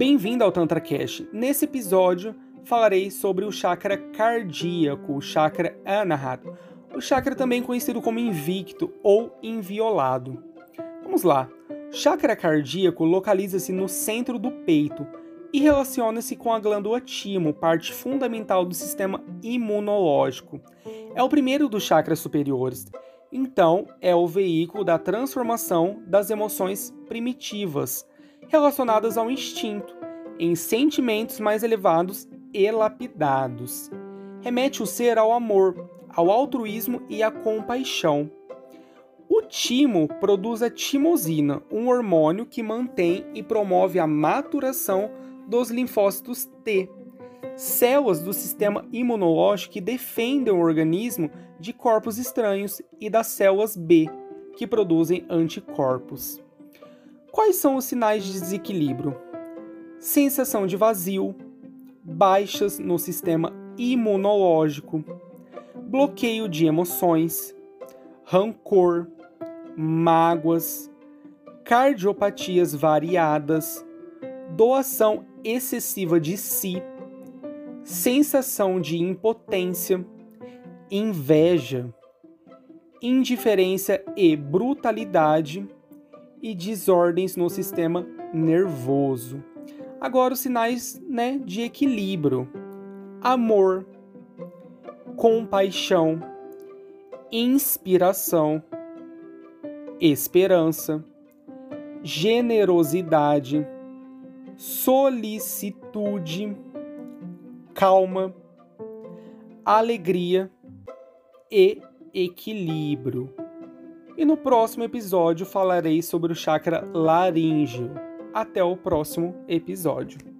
Bem-vindo ao Tantra Cash. Nesse episódio, falarei sobre o chakra cardíaco, o chakra Anahata, o chakra também conhecido como invicto ou inviolado. Vamos lá. O chakra cardíaco localiza-se no centro do peito e relaciona-se com a glândula timo, parte fundamental do sistema imunológico. É o primeiro dos chakras superiores. Então, é o veículo da transformação das emoções primitivas, relacionadas ao instinto, em sentimentos mais elevados e lapidados. Remete o ser ao amor, ao altruísmo e à compaixão. O timo produz a timosina, um hormônio que mantém e promove a maturação dos linfócitos T, células do sistema imunológico que defendem o organismo de corpos estranhos, e das células B, que produzem anticorpos. Quais são os sinais de desequilíbrio? Sensação de vazio, baixas no sistema imunológico, bloqueio de emoções, rancor, mágoas, cardiopatias variadas, doação excessiva de si, sensação de impotência, inveja, indiferença e brutalidade e desordens no sistema nervoso. Agora os sinais, de equilíbrio: amor, compaixão, inspiração, esperança, generosidade, solicitude, calma, alegria e equilíbrio. E no próximo episódio falarei sobre o chakra laríngeo. Até o próximo episódio.